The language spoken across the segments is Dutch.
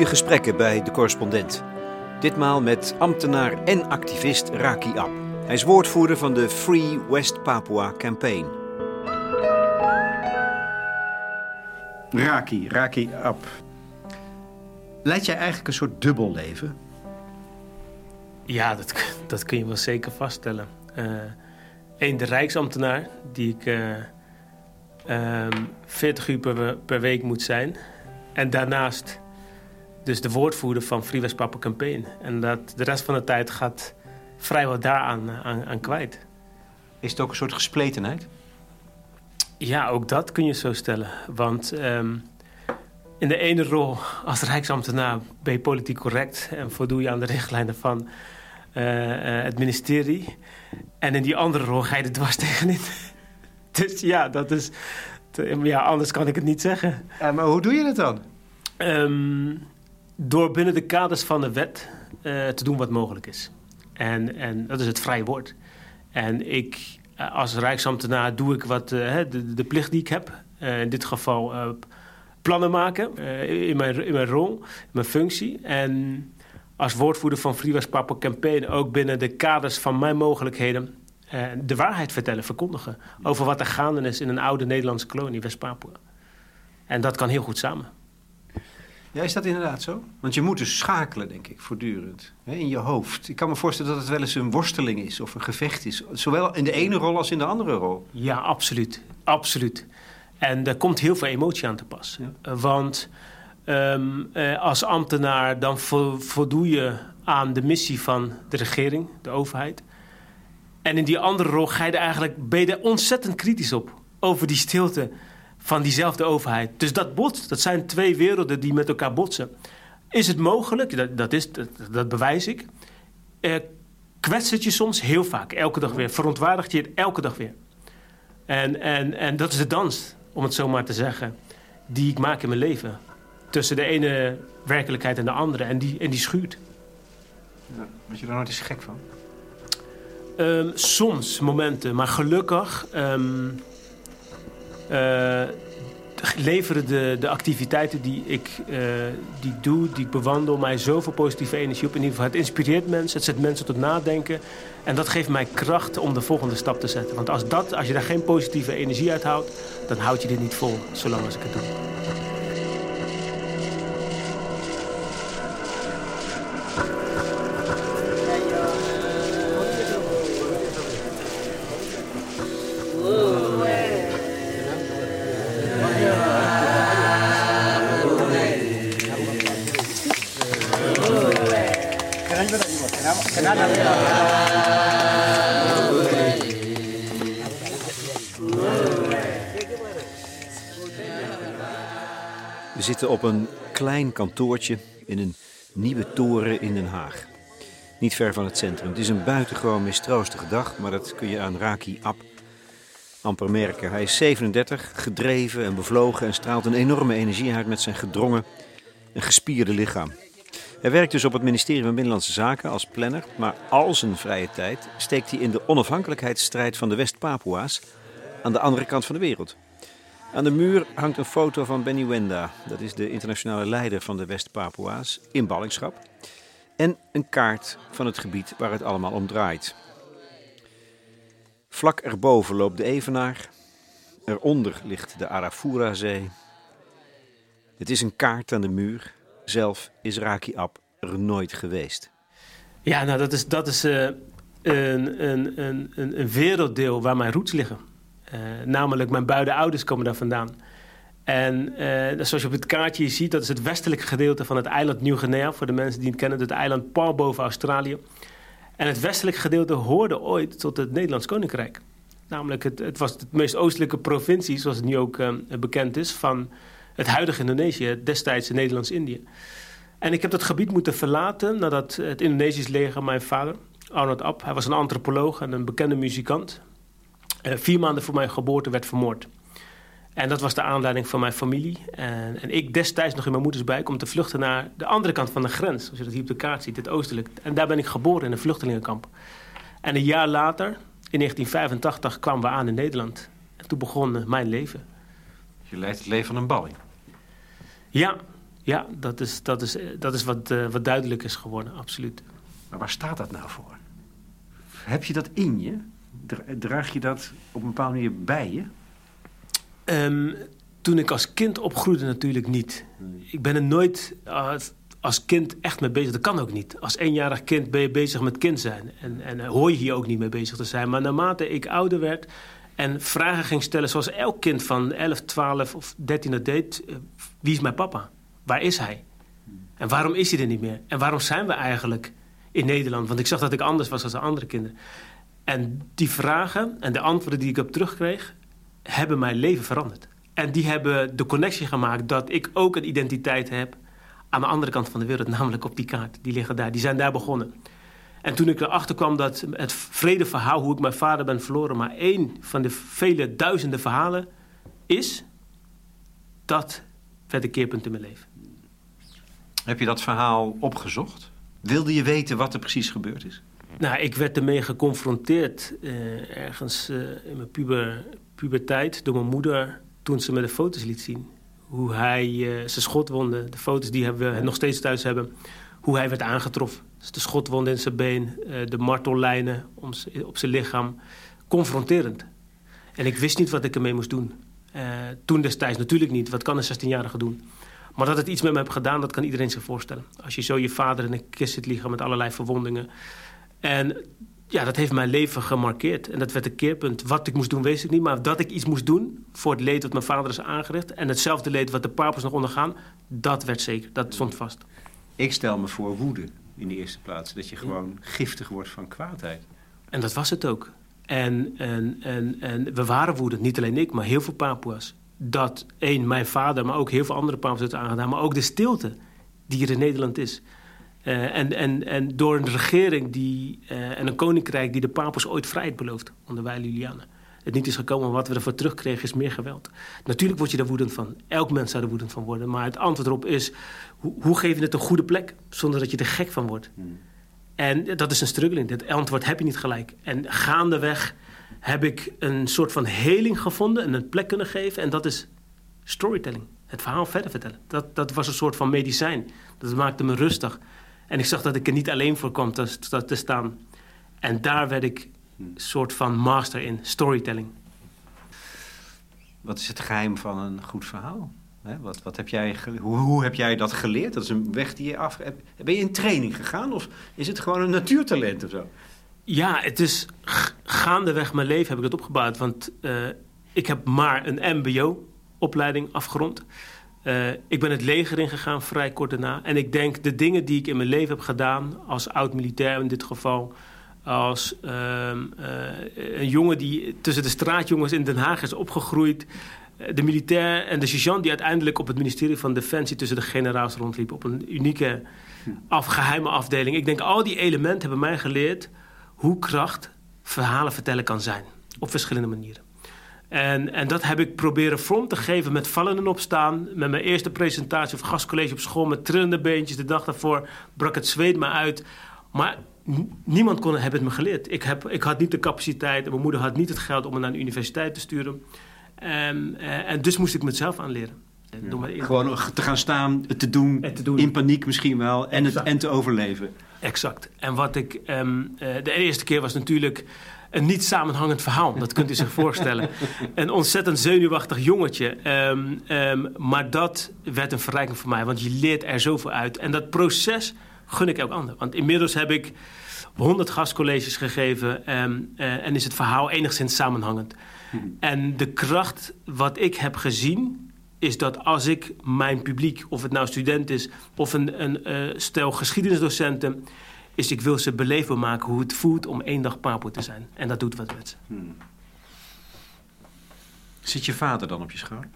Goede gesprekken bij De Correspondent. Ditmaal met ambtenaar en activist Raki Ab. Hij is woordvoerder van de Free West Papua Campaign. Raki Ab. Leid jij eigenlijk een soort dubbel leven? Ja, dat kun je wel zeker vaststellen. De rijksambtenaar, die ik 40 uur per week moet zijn. En daarnaast dus de woordvoerder van Free West Papua Campaign. En dat de rest van de tijd gaat vrijwel daaraan aan kwijt. Is het ook een soort gespletenheid? Ja, ook dat kun je zo stellen. Want in de ene rol als rijksambtenaar ben je politiek correct en voldoe je aan de richtlijnen van het ministerie. En in die andere rol ga je er dwars tegenin. Dus ja, dat is... Ja, anders kan ik het niet zeggen. Maar hoe doe je dat dan? Door binnen de kaders van de wet te doen wat mogelijk is. En dat is het vrije woord. En ik, als rijksambtenaar, doe ik wat de plicht die ik heb. In dit geval plannen maken in mijn rol, in mijn functie. En als woordvoerder van Free West Papua Campaign ook binnen de kaders van mijn mogelijkheden de waarheid vertellen, verkondigen. Over wat er gaande is in een oude Nederlandse kolonie, West-Papua. En dat kan heel goed samen. Ja, is dat inderdaad zo? Want je moet dus schakelen, denk ik, voortdurend. Hè, in je hoofd. Ik kan me voorstellen dat het wel eens een worsteling is of een gevecht is. Zowel in de ene rol als in de andere rol. Ja, absoluut. Absoluut. En daar komt heel veel emotie aan te pas. Ja. Want als ambtenaar dan voldoe je aan de missie van de regering, de overheid. En in die andere rol ben je er ontzettend kritisch op. Over die stilte van diezelfde overheid. Dus dat botst. Dat zijn twee werelden die met elkaar botsen. Is het mogelijk? Dat bewijs ik. Kwetst het je soms? Heel vaak. Elke dag weer. Verontwaardigt je het elke dag weer. En dat is de dans, om het zo maar te zeggen, die ik maak in mijn leven. Tussen de ene werkelijkheid en de andere. En die schuurt. Ja, word je daar nooit eens gek van? Soms momenten. Maar gelukkig leveren de activiteiten die ik doe, die ik bewandel, mij zoveel positieve energie op. In ieder geval, het inspireert mensen, het zet mensen tot nadenken. En dat geeft mij kracht om de volgende stap te zetten. Want als je daar geen positieve energie uit houdt, dan houd je dit niet vol, zolang als ik het doe. We zitten op een klein kantoortje in een nieuwe toren in Den Haag. Niet ver van het centrum. Het is een buitengewoon mistroostige dag, maar dat kun je aan Raki Ab amper merken. Hij is 37, gedreven en bevlogen en straalt een enorme energie uit met zijn gedrongen en gespierde lichaam. Hij werkt dus op het ministerie van Binnenlandse Zaken als planner, maar al zijn vrije tijd steekt hij in de onafhankelijkheidsstrijd van de West-Papua's aan de andere kant van de wereld. Aan de muur hangt een foto van Benny Wenda, dat is de internationale leider van de West-Papua's, in ballingschap. En een kaart van het gebied waar het allemaal om draait. Vlak erboven loopt de Evenaar, eronder ligt de Arafura-zee. Het is een kaart aan de muur, zelf is Raki Ab er nooit geweest. Ja, nou dat is een werelddeel waar mijn roots liggen. Namelijk mijn beide ouders komen daar vandaan. En zoals je op het kaartje ziet, dat is het westelijke gedeelte van het eiland Nieuw-Guinea. Voor de mensen die het kennen, het eiland pal boven Australië. En het westelijke gedeelte hoorde ooit tot het Nederlands Koninkrijk. Namelijk, het was de meest oostelijke provincie, zoals het nu ook bekend is, van het huidige Indonesië, destijds Nederlands-Indië. En ik heb dat gebied moeten verlaten nadat het Indonesisch leger mijn vader, Arnold Ab, hij was een antropoloog en een bekende muzikant, 4 maanden voor mijn geboorte werd vermoord. En dat was de aanleiding van mijn familie. En ik destijds nog in mijn moeders buik om te vluchten naar de andere kant van de grens. Als je dat hier op de kaart ziet, het oostelijk. En daar ben ik geboren in een vluchtelingenkamp. En een jaar later, in 1985, kwamen we aan in Nederland. En toen begon mijn leven. Je leidt het leven van een balling. Ja, Ja, dat is wat duidelijk is geworden, absoluut. Maar waar staat dat nou voor? Heb je dat in je? Draag je dat op een bepaalde manier bij je? Toen ik als kind opgroeide natuurlijk niet. Ik ben er nooit als kind echt mee bezig. Dat kan ook niet. Als 1-jarig kind ben je bezig met kind zijn. En hoor je hier ook niet mee bezig te zijn. Maar naarmate ik ouder werd en vragen ging stellen... zoals elk kind van 11, 12 of 13 dat deed... wie is mijn papa? Waar is hij? En waarom is hij er niet meer? En waarom zijn we eigenlijk in Nederland? Want ik zag dat ik anders was dan de andere kinderen. En die vragen en de antwoorden die ik op terugkreeg... hebben mijn leven veranderd. En die hebben de connectie gemaakt dat ik ook een identiteit heb... aan de andere kant van de wereld, namelijk op die kaart. Die liggen daar, die zijn daar begonnen. En toen ik erachter kwam dat het vredeverhaal... hoe ik mijn vader ben verloren... maar 1 van de vele duizenden verhalen is... dat werd een keerpunt in mijn leven. Heb je dat verhaal opgezocht? Wilde je weten wat er precies gebeurd is? Nou, ik werd ermee geconfronteerd... ergens in mijn puberteit door mijn moeder... toen ze me de foto's liet zien. Hoe hij zijn schotwonden, de foto's die we nog steeds thuis hebben... hoe hij werd aangetroffen. Dus de schotwonden in zijn been, de martellijnen op zijn lichaam. Confronterend. En ik wist niet wat ik ermee moest doen. Toen destijds natuurlijk niet. Wat kan een 16-jarige doen? Maar dat het iets met me heeft gedaan, dat kan iedereen zich voorstellen. Als je zo je vader in een kist zit liggen met allerlei verwondingen. En ja, dat heeft mijn leven gemarkeerd. En dat werd een keerpunt. Wat ik moest doen, wist ik niet. Maar dat ik iets moest doen voor het leed wat mijn vader is aangericht... en hetzelfde leed wat de papers nog ondergaan, dat werd zeker. Dat stond vast. Ik stel me voor woede in de eerste plaats. Dat je gewoon giftig wordt van kwaadheid. En dat was het ook. En we waren woedend. Niet alleen ik, maar heel veel Papua's. Dat mijn vader, maar ook heel veel andere Papua's het aangedaan. Maar ook de stilte die er in Nederland is. En door een regering en een koninkrijk die de Papua's ooit vrijheid belooft. Onder wijle Juliana. Het niet is gekomen, wat we ervoor terugkregen is meer geweld. Natuurlijk word je daar woedend van. Elk mens zou er woedend van worden. Maar het antwoord erop is, hoe geef je het een goede plek... zonder dat je er gek van wordt. En dat is een struggling. Dat antwoord heb je niet gelijk. En gaandeweg heb ik een soort van heling gevonden... en een plek kunnen geven. En dat is storytelling. Het verhaal verder vertellen. Dat was een soort van medicijn. Dat maakte me rustig. En ik zag dat ik er niet alleen voor kwam te staan. En daar werd ik een soort van master in, storytelling. Wat is het geheim van een goed verhaal? Wat heb jij hoe heb jij dat geleerd? Dat is een weg die je af... Ben je in training gegaan of is het gewoon een natuurtalent of zo? Ja, het is gaandeweg mijn leven heb ik dat opgebouwd. Want ik heb maar een mbo-opleiding afgerond. Ik ben het leger ingegaan vrij kort daarna. En ik denk de dingen die ik in mijn leven heb gedaan... als oud-militair in dit geval... als een jongen die tussen de straatjongens in Den Haag is opgegroeid... de militair en de sergeant die uiteindelijk op het ministerie van Defensie... tussen de generaals rondliep op een unieke geheime afdeling. Ik denk al die elementen hebben mij geleerd... hoe kracht verhalen vertellen kan zijn. Op verschillende manieren. En dat heb ik proberen vorm te geven met vallen en opstaan. Met mijn eerste presentatie of gastcollege op school... met trillende beentjes. De dag daarvoor brak het zweet me uit. Maar niemand heeft het me geleerd. Ik had niet de capaciteit en mijn moeder had niet het geld... om me naar de universiteit te sturen. En dus moest ik mezelf aanleren. Ja. Gewoon te gaan staan, te doen, in paniek misschien wel... en te overleven. Exact. En wat ik... de eerste keer was natuurlijk... een niet samenhangend verhaal, dat kunt u zich voorstellen. Een ontzettend zenuwachtig jongetje. Maar dat werd een verrijking voor mij, want je leert er zoveel uit. En dat proces gun ik elk ander. Want inmiddels heb ik 100 gastcolleges gegeven... en is het verhaal enigszins samenhangend. En de kracht wat ik heb gezien... is dat als ik mijn publiek, of het nou student is... of een stel geschiedenisdocenten... is ik wil ze beleefbaar maken hoe het voelt om 1 dag Papua te zijn. En dat doet wat met ze. Zit je vader dan op je schouder?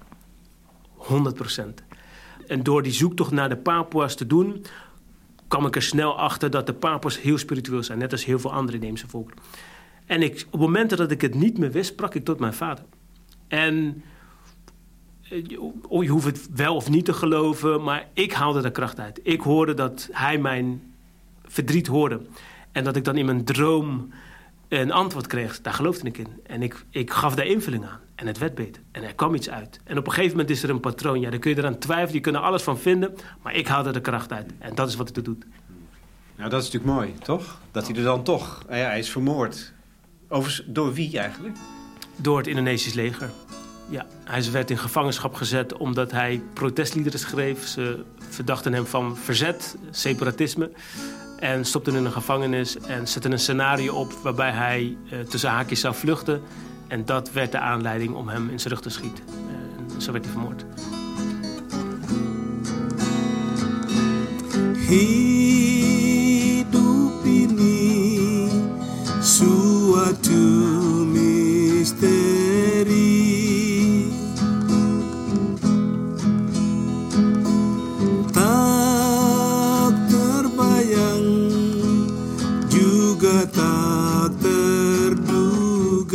100%. En door die zoektocht naar de Papua's te doen... kwam ik er snel achter dat de Papua's heel spiritueel zijn. Net als heel veel andere inheemse volken. En op momenten dat ik het niet meer wist, sprak ik tot mijn vader. En je hoeft het wel of niet te geloven... maar ik haalde er kracht uit. Ik hoorde dat hij mijn verdriet hoorde. En dat ik dan in mijn droom een antwoord kreeg, daar geloofde ik in. En ik gaf daar invulling aan. En het werd beter. En er kwam iets uit. En op een gegeven moment is er een patroon. Ja, daar kun je eraan twijfelen. Je kunt er alles van vinden. Maar ik haalde de kracht uit. En dat is wat het doet. Nou, dat is natuurlijk mooi, toch? Dat hij er dan toch... hij is vermoord. Overigens, door wie eigenlijk? Door het Indonesisch leger. Ja, hij werd in gevangenschap gezet omdat hij protestliederen schreef. Ze verdachten hem van verzet, separatisme. En stopten in een gevangenis en zetten een scenario op waarbij hij tussen haakjes zou vluchten. En dat werd de aanleiding om hem in zijn rug te schieten. En zo werd hij vermoord. Hidup ini suatu misteri. Tak terbayang juga tak terduga.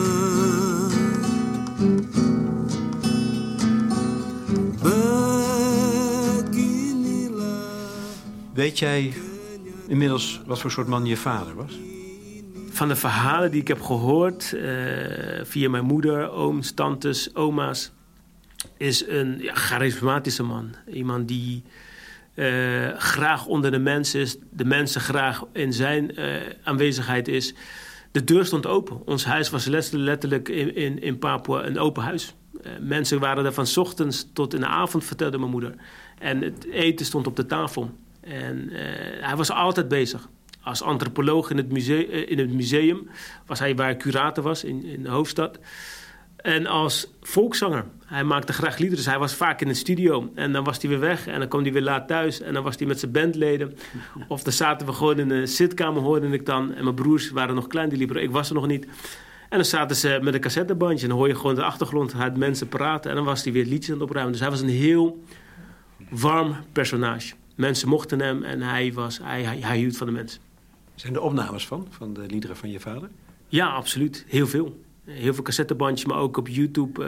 Weet jij inmiddels wat voor soort man je vader was? Van de verhalen die ik heb gehoord via mijn moeder, ooms, tantes, oma's, is een charismatische man. Iemand die graag onder de mensen is, de mensen graag in zijn aanwezigheid is. De deur stond open. Ons huis was letterlijk in Papua een open huis. Mensen waren er van 's ochtends tot in de avond, vertelde mijn moeder. En het eten stond op de tafel. En hij was altijd bezig. Als antropoloog in het museum was hij waar curator was in de hoofdstad. En als volkszanger. Hij maakte graag liederen, dus hij was vaak in de studio. En dan was hij weer weg en dan kwam hij weer laat thuis. En dan was hij met zijn bandleden. Of dan zaten we gewoon in de zitkamer, hoorde ik dan. En mijn broers waren nog klein, die liepen. Ik was er nog niet. En dan zaten ze met een cassettebandje. En dan hoor je gewoon de achtergrond uit mensen praten. En dan was hij weer liedjes aan het opruimen. Dus hij was een heel warm personage. Mensen mochten hem en hij hield van de mensen. Zijn er opnames van de liederen van je vader? Ja, absoluut. Heel veel. Heel veel cassettebandjes, maar ook op YouTube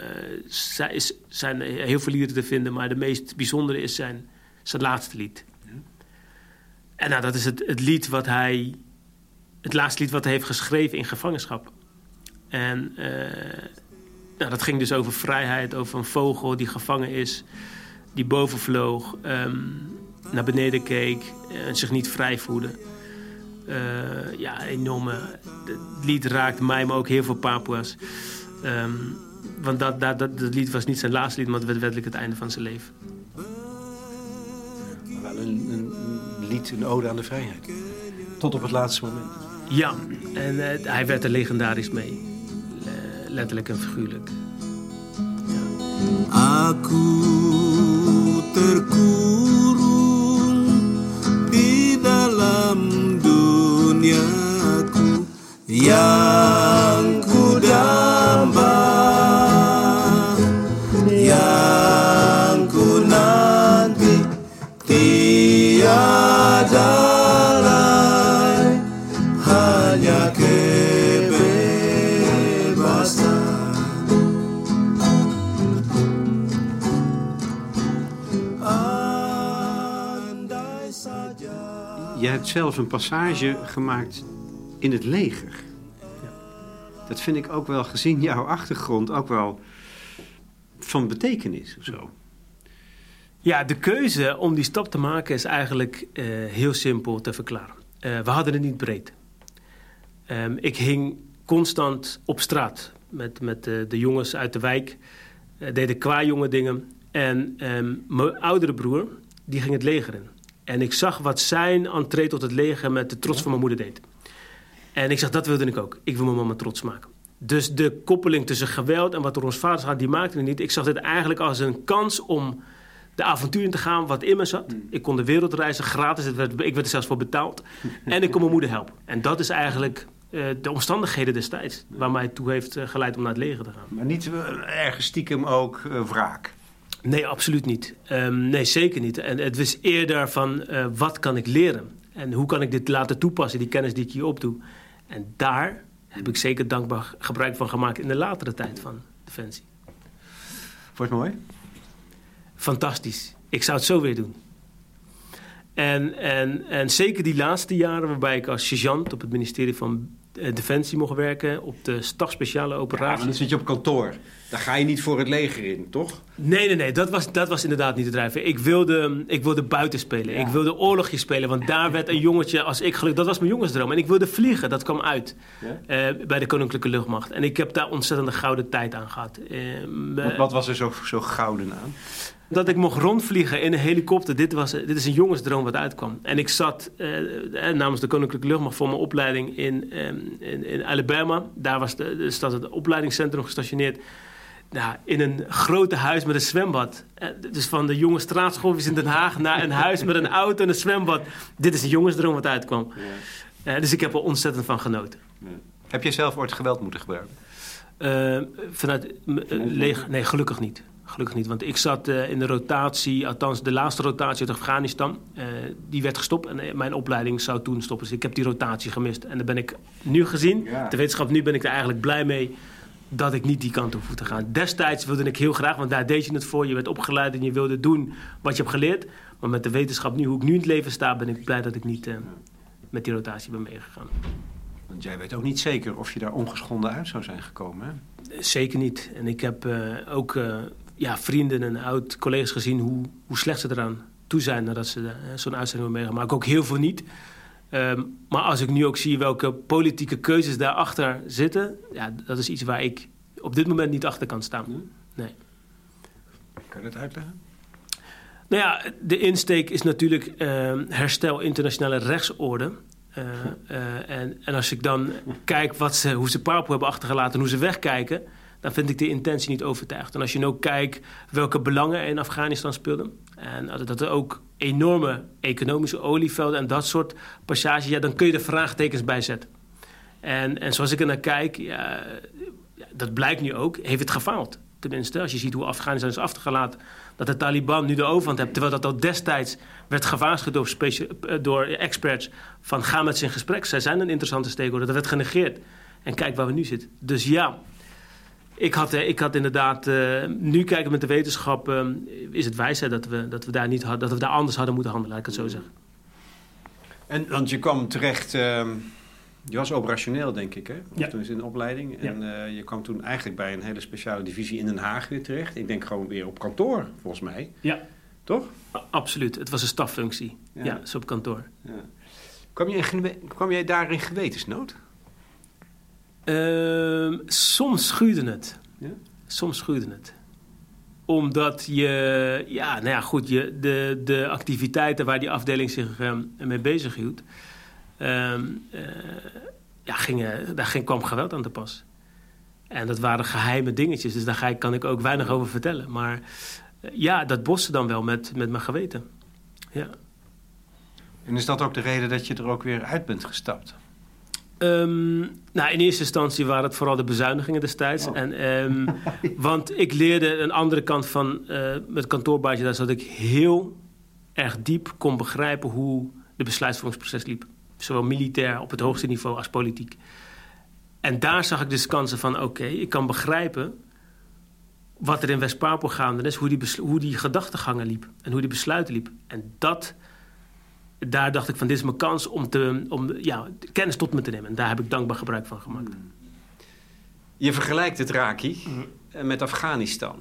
zijn heel veel liederen te vinden. Maar de meest bijzondere is zijn laatste lied. Ja. En nou, dat is het lied het laatste lied wat hij heeft geschreven in gevangenschap. En dat ging dus over vrijheid, over een vogel die gevangen is, die boven vloog, naar beneden keek en zich niet vrij voelde. Enorme. Het lied raakte mij, maar ook heel veel Papua's. Want dat lied was niet zijn laatste lied, maar het werd werkelijk het einde van zijn leven. Maar wel een lied, een ode aan de vrijheid. Tot op het laatste moment. Ja, en hij werd er legendarisch mee. Letterlijk en figuurlijk. Ja. Aku terkurung di dalam duniaku yang ku damba, yang ku nanti tiada lain hanya kebebasan. Je hebt zelf een passage gemaakt in het leger. Ja. Dat vind ik ook wel, gezien jouw achtergrond, ook wel van betekenis of zo. Ja, de keuze om die stap te maken is eigenlijk heel simpel te verklaren. We hadden het niet breed. Ik hing constant op straat met de jongens uit de wijk. Deden qua jonge dingen. En mijn oudere broer, die ging het leger in. En ik zag wat zijn entree tot het leger met de trots van mijn moeder deed. En ik zag, dat wilde ik ook. Ik wil mijn mama trots maken. Dus de koppeling tussen geweld en wat door ons vaders gaat, die maakte het niet. Ik zag dit eigenlijk als een kans om de avontuur in te gaan wat in me zat. Ik kon de wereld reizen, gratis. Ik werd er zelfs voor betaald. En ik kon mijn moeder helpen. En dat is eigenlijk de omstandigheden destijds waar mij toe heeft geleid om naar het leger te gaan. Maar niet ergens stiekem ook wraak? Nee, absoluut niet. Nee, zeker niet. En het was eerder van wat kan ik leren? En hoe kan ik dit laten toepassen, die kennis die ik hier opdoe? En daar heb ik zeker dankbaar gebruik van gemaakt in de latere tijd van Defensie. Vond je het mooi? Fantastisch. Ik zou het zo weer doen. En zeker die laatste jaren waarbij ik als sergeant op het ministerie van Defensie mocht werken, op de stafspeciale Ja, operaties. maar dan zit je op kantoor. Daar ga je niet voor het leger in, toch? Nee, dat was inderdaad niet de drijfveer. Ik wilde buiten spelen. Ja. Ik wilde oorlogje spelen, want daar werd een jongetje als ik gelukkig. Dat was mijn jongensdroom. En ik wilde vliegen, dat kwam uit bij de Koninklijke Luchtmacht. En ik heb daar ontzettend gouden tijd aan gehad. Wat was er zo gouden aan? Dat ik mocht rondvliegen in een helikopter, dit is een jongensdroom wat uitkwam. En ik zat namens de Koninklijke Luchtmacht voor mijn opleiding in Alabama. Daar staat het opleidingscentrum gestationeerd. Nou, in een grote huis met een zwembad. Dus van de jonge straatschooljes in Den Haag naar een huis met een auto en een zwembad. Dit is een jongensdroom wat uitkwam. Ja. Dus ik heb er ontzettend van genoten. Ja. Heb je zelf ooit geweld moeten gebruiken? Vanuit leger? Nee, gelukkig niet. Gelukkig niet, want ik zat in de rotatie, althans de laatste rotatie uit Afghanistan. Die werd gestopt en mijn opleiding zou toen stoppen. Dus ik heb die rotatie gemist. En daar ben ik nu gezien, de wetenschap nu ben ik er eigenlijk blij mee dat ik niet die kant op hoef te gaan. Destijds wilde ik heel graag, want daar deed je het voor. Je werd opgeleid en je wilde doen wat je hebt geleerd. Maar met de wetenschap nu, hoe ik nu in het leven sta, ben ik blij dat ik niet met die rotatie ben meegegaan. Want jij weet ook niet zeker of je daar ongeschonden uit zou zijn gekomen, hè? Zeker niet. En ik heb ook vrienden en oud-collega's gezien hoe slecht ze eraan toe zijn nadat ze zo'n uitzending hebben meegemaakt. Ook heel veel niet. Maar als ik nu ook zie welke politieke keuzes daarachter zitten, ja, dat is iets waar ik op dit moment niet achter kan staan. Nee. Kan je dat uitleggen? Nou ja, de insteek is natuurlijk herstel internationale rechtsorde. En als ik dan kijk hoe ze Papua hebben achtergelaten en hoe ze wegkijken, dan vind ik de intentie niet overtuigd. En als je nu ook kijkt welke belangen er in Afghanistan speelden, en dat er ook enorme economische olievelden en dat soort passages, ja, dan kun je er vraagtekens bij zetten. En zoals ik er naar kijk, dat blijkt nu ook, heeft het gefaald. Tenminste, als je ziet hoe Afghanistan is achtergelaten, dat de Taliban nu de overhand heeft, terwijl dat al destijds werd gewaarschuwd door experts van ga met ze in gesprek. Zij zijn een interessante stakeholder. Dat werd genegeerd. En kijk waar we nu zitten. Dus ja, ik had inderdaad, nu kijken met de wetenschap, is het wijsheid dat we daar niet hadden, dat we daar anders hadden moeten handelen, laat ik het zo zeggen. En want je kwam terecht, je was operationeel, denk ik, hè? Ja. Toen is in de opleiding. Ja. En je kwam toen eigenlijk bij een hele speciale divisie in Den Haag weer terecht. Ik denk gewoon weer op kantoor, volgens mij. Ja. Toch? Absoluut. Het was een staffunctie. Ja, zo op kantoor. Ja. Kwam jij daar in gewetensnood? Soms schuurde het. Ja? Soms schuurde het. Omdat de activiteiten waar die afdeling zich mee bezig hield, kwam geweld aan te pas. En dat waren geheime dingetjes, dus daar kan ik ook weinig over vertellen. Maar dat botste dan wel met mijn geweten. Ja. En is dat ook de reden dat je er ook weer uit bent gestapt? In eerste instantie waren het vooral de bezuinigingen destijds. Oh. Want ik leerde een andere kant van het kantoorbaantje, daar zodat ik heel erg diep kon begrijpen hoe de besluitvormingsproces liep. Zowel militair op het hoogste niveau als politiek. En daar zag ik dus kansen van, oké, ik kan begrijpen wat er in West-Papua gaande is, hoe die gedachtegangen liep en hoe die besluiten liep. En daar dacht ik van, dit is mijn kans om kennis tot me te nemen. En daar heb ik dankbaar gebruik van gemaakt. Je vergelijkt het Raki met Afghanistan.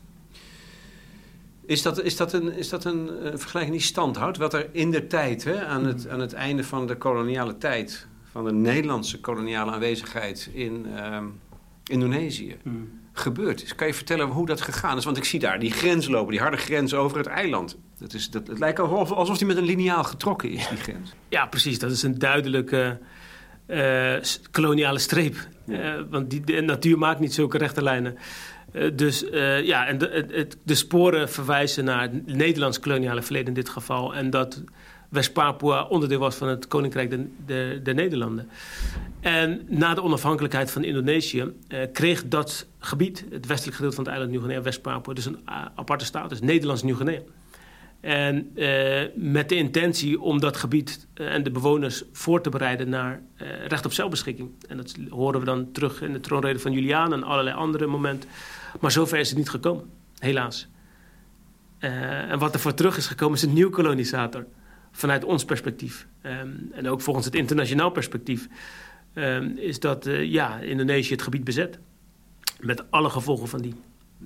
Is dat een vergelijking die stand houdt? Wat er in de tijd, aan het einde van de koloniale tijd, van de Nederlandse koloniale aanwezigheid in Indonesië gebeurd is. Kan je vertellen hoe dat gegaan is? Want ik zie daar die grens lopen, die harde grens over het eiland. Het lijkt alsof die met een liniaal getrokken is, die grens. Ja, precies. Dat is een duidelijke koloniale streep. Ja. Want de natuur maakt niet zulke rechte lijnen. De sporen verwijzen naar het Nederlands koloniale verleden in dit geval. En dat West-Papua onderdeel was van het Koninkrijk der Nederlanden. En na de onafhankelijkheid van Indonesië kreeg dat gebied, het westelijk gedeelte van het eiland Nieuw-Guinea, West-Papua, dus een aparte status, Nederlands Nieuw-Guinea. En met de intentie om dat gebied en de bewoners voor te bereiden naar recht op zelfbeschikking. En dat horen we dan terug in de troonrede van Juliaan en allerlei andere momenten. Maar zover is het niet gekomen, helaas. En wat er voor terug is gekomen is een nieuw kolonisator. Vanuit ons perspectief. En ook volgens het internationaal perspectief. is dat Indonesië het gebied bezet. Met alle gevolgen van die.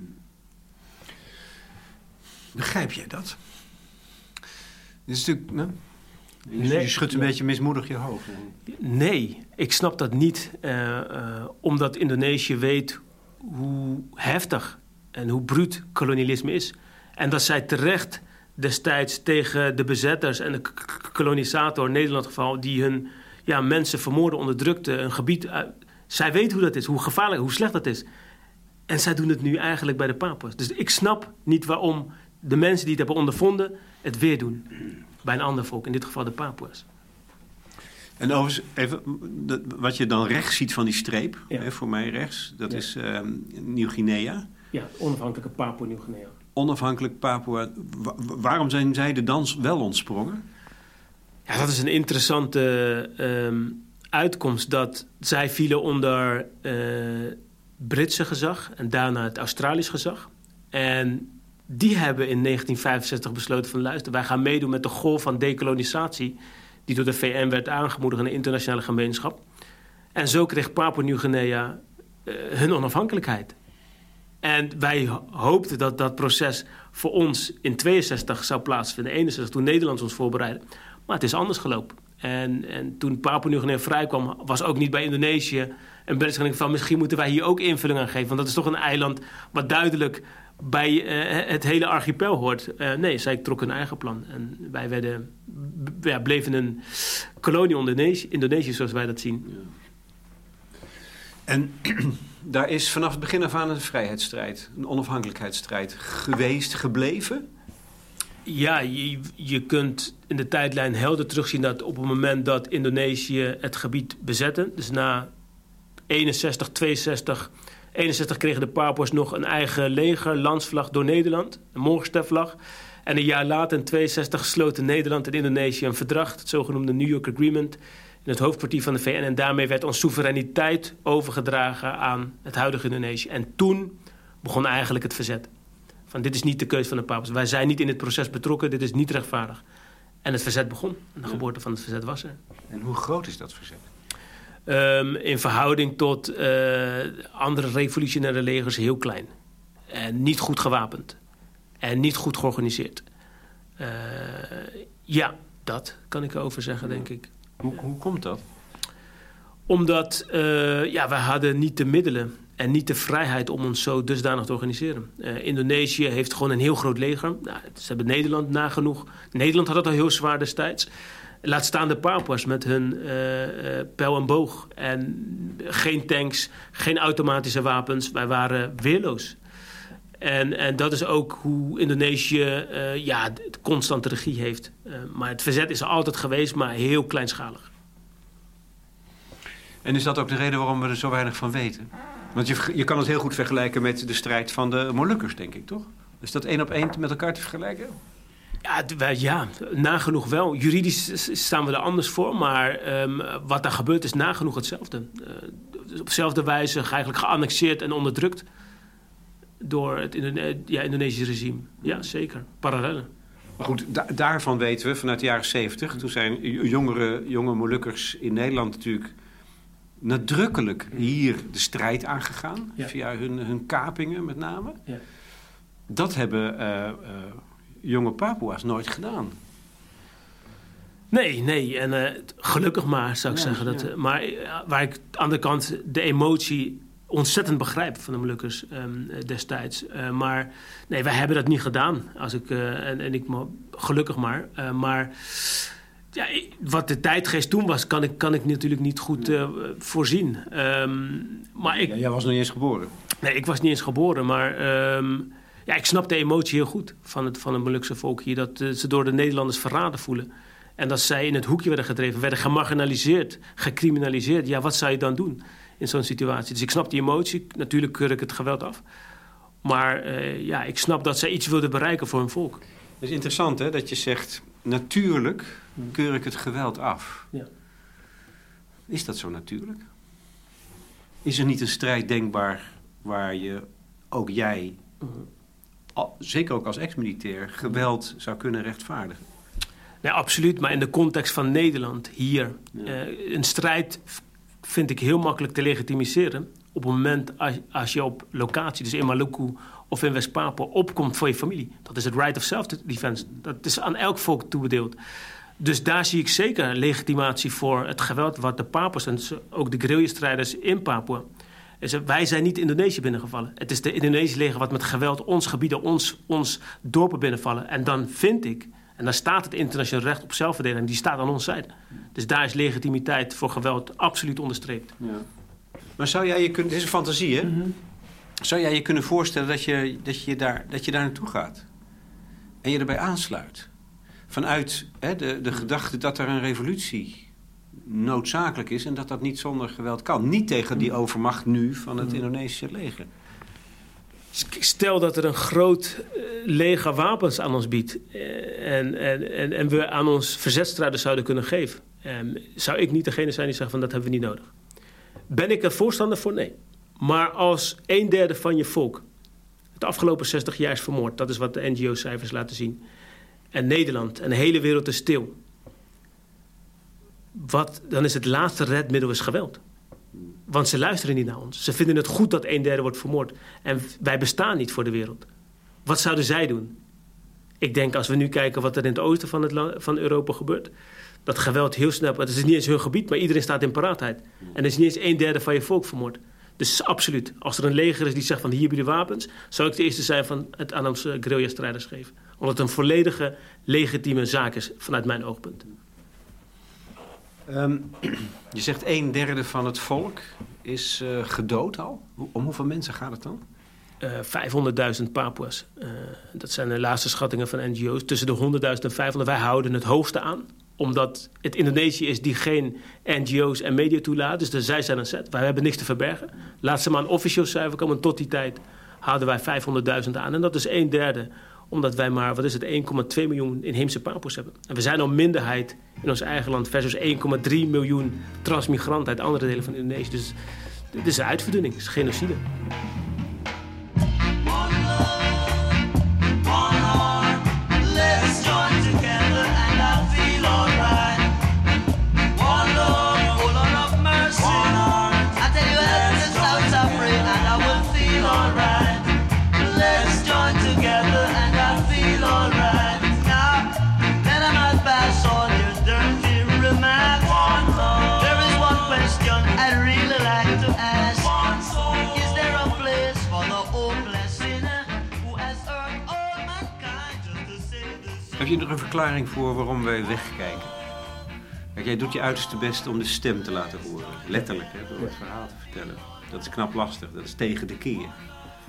Begrijp jij dat? Dit is natuurlijk... Nou, Nee. Je schudt een beetje mismoedig je hoofd. Nee, ik snap dat niet. Omdat Indonesië weet hoe heftig en hoe bruut kolonialisme is. En dat zij terecht destijds tegen de bezetters en de kolonisator, in Nederland geval, die hun mensen vermoorden, onderdrukten, een gebied... zij weten hoe dat is, hoe gevaarlijk, hoe slecht dat is. En zij doen het nu eigenlijk bij de Papua's. Dus ik snap niet waarom de mensen die het hebben ondervonden het weer doen. Bij een ander volk, in dit geval de Papua's. En overigens, even, wat je dan rechts ziet van die streep, voor mij rechts, dat is Nieuw-Guinea. Ja, onafhankelijke Papua-Nieuw-Guinea. Onafhankelijk Papua. Waarom zijn zij de dans wel ontsprongen? Ja, dat is een interessante uitkomst. Dat zij vielen onder Britse gezag en daarna het Australisch gezag. En die hebben in 1965 besloten van luister, wij gaan meedoen met de golf van dekolonisatie die door de VN werd aangemoedigd in de internationale gemeenschap. En zo kreeg Papua-Nieuw-Guinea hun onafhankelijkheid. En wij hoopten dat dat proces voor ons in 62 zou plaatsvinden, 61 toen Nederland ons voorbereidde. Maar het is anders gelopen. En toen Papua-Nieuw-Guinea vrijkwam, was ook niet bij Indonesië een beslissing van misschien moeten wij hier ook invulling aan geven. Want dat is toch een eiland wat duidelijk bij het hele archipel hoort. Nee, zij trok hun eigen plan. En wij bleven een kolonie Indonesië zoals wij dat zien. Ja. En daar is vanaf het begin af aan een vrijheidsstrijd, een onafhankelijkheidsstrijd geweest, gebleven? Ja, je kunt in de tijdlijn helder terugzien dat op het moment dat Indonesië het gebied bezette, dus na 61, 62... 61 kregen de Papua's nog een eigen leger, landsvlag door Nederland, een Morgenstervlag. En een jaar later, in 62, sloten Nederland en Indonesië een verdrag, het zogenoemde New York Agreement, in het hoofdkwartier van de VN. En daarmee werd onze soevereiniteit overgedragen aan het huidige Indonesië. En toen begon eigenlijk het verzet. Van dit is niet de keuze van de Papua's. Wij zijn niet in het proces betrokken, dit is niet rechtvaardig. En het verzet begon. En de geboorte van het verzet was er. En hoe groot is dat verzet? In verhouding tot andere revolutionaire legers heel klein. En niet goed gewapend. En niet goed georganiseerd. Dat kan ik erover zeggen, denk ik. Hoe komt dat? Omdat wij hadden niet de middelen en niet de vrijheid om ons zo dusdanig te organiseren. Indonesië heeft gewoon een heel groot leger. Nou, ze hebben Nederland nagenoeg. Nederland had het al heel zwaar destijds. Laat staan de Papua's met hun pijl en boog. En geen tanks, geen automatische wapens. Wij waren weerloos. En dat is ook hoe Indonesië constante regie heeft. Maar het verzet is er altijd geweest, maar heel kleinschalig. En is dat ook de reden waarom we er zo weinig van weten? Want je kan het heel goed vergelijken met de strijd van de Molukkers, denk ik, toch? Is dat 1 op 1 met elkaar te vergelijken? Ja, nagenoeg wel. Juridisch staan we er anders voor, maar wat daar gebeurt is nagenoeg hetzelfde. Op dezelfde wijze eigenlijk geannexeerd en onderdrukt door het Indonesische regime. Ja, zeker. Parallellen. Maar goed, daarvan weten we vanuit de jaren 70. Toen zijn jonge Molukkers in Nederland natuurlijk nadrukkelijk hier de strijd aangegaan. Ja. Via hun kapingen met name. Ja. Dat hebben jonge Papua's nooit gedaan. Nee. En gelukkig maar, zou ik zeggen. Dat, maar waar ik aan de andere kant de emotie ontzettend begrijp van de Molukkers destijds. Maar nee, wij hebben dat niet gedaan. Gelukkig maar. Maar ja, wat de tijdgeest toen was, kan ik natuurlijk niet goed voorzien. Jij was nog niet eens geboren. Nee, ik was niet eens geboren, maar ik snap de emotie heel goed van het Molukse volk hier. Dat ze door de Nederlanders verraden voelen. En dat zij in het hoekje werden gedreven, werden gemarginaliseerd, gecriminaliseerd. Ja, wat zou je dan doen in zo'n situatie? Dus ik snap die emotie. Natuurlijk keur ik het geweld af. Maar ik snap dat zij iets wilden bereiken voor hun volk. Het is interessant, hè, dat je zegt, natuurlijk keur ik het geweld af. Ja. Is dat zo natuurlijk? Is er niet een strijd denkbaar waar je, ook jij, zeker ook als ex-militair, geweld zou kunnen rechtvaardigen? Nee, absoluut. Maar in de context van Nederland, hier, een strijd vind ik heel makkelijk te legitimiseren op het moment als je op locatie, dus in Maluku of in West-Papua, opkomt voor je familie. Dat is het right of self-defense. Dat is aan elk volk toebedeeld. Dus daar zie ik zeker legitimatie voor het geweld wat de Papua's en ook de guerrilla-strijders in Papua. Wij zijn niet Indonesië binnengevallen. Het is de Indonesische leger wat met geweld ons gebieden, ons dorpen binnenvallen. En dan vind ik, en dan staat het internationaal recht op zelfverdediging, die staat aan onze zijde. Dus daar is legitimiteit voor geweld absoluut onderstreept. Ja. Maar zou jij je kunnen, dit is een fantasie, hè? Mm-hmm. Zou jij je kunnen voorstellen dat je daar naartoe gaat en je erbij aansluit? Vanuit de gedachte dat er een revolutie noodzakelijk is en dat niet zonder geweld kan. Niet tegen die overmacht nu van het Indonesische leger. Stel dat er een groot leger wapens aan ons biedt en we aan ons verzetstrijders zouden kunnen geven. Zou ik niet degene zijn die zegt van dat hebben we niet nodig. Ben ik er voorstander voor? Nee. Maar als 1/3 van je volk het afgelopen 60 jaar is vermoord, dat is wat de NGO-cijfers laten zien, en Nederland en de hele wereld is stil, dan is het laatste redmiddel is geweld. Want ze luisteren niet naar ons. Ze vinden het goed dat 1/3 wordt vermoord. En wij bestaan niet voor de wereld. Wat zouden zij doen? Ik denk als we nu kijken wat er in het oosten van Europa gebeurt, dat geweld heel snel, het is niet eens hun gebied, maar iedereen staat in paraatheid. En er is niet eens 1/3 van je volk vermoord. Dus absoluut, als er een leger is die zegt van hier hebben jullie wapens, zou ik de eerste zijn van het aan onze guerrilla-strijders geven. Omdat het een volledige legitieme zaak is vanuit mijn oogpunt. Je zegt 1/3 van het volk is gedood al. Om hoeveel mensen gaat het dan? 500.000 Papua's. Dat zijn de laatste schattingen van NGO's. Tussen de 100.000 en 500. Wij houden het hoogste aan. Omdat het Indonesië is die geen NGO's en media toelaat. Dus zij zijn een set. Wij hebben niks te verbergen. Laat ze maar een officieel cijfer komen. Tot die tijd houden wij 500.000 aan. En dat is 1/3. Omdat wij maar, 1,2 miljoen inheemse Papua's hebben. En we zijn al minderheid in ons eigen land versus 1,3 miljoen transmigranten uit andere delen van Indonesië. Dus dit is een uitverdunning, het is genocide. Heb je er een verklaring voor waarom wij wegkijken? Kijk, jij doet je uiterste best om de stem te laten horen. Letterlijk, hè, door het verhaal te vertellen. Dat is knap lastig. Dat is tegen de keer. Ja.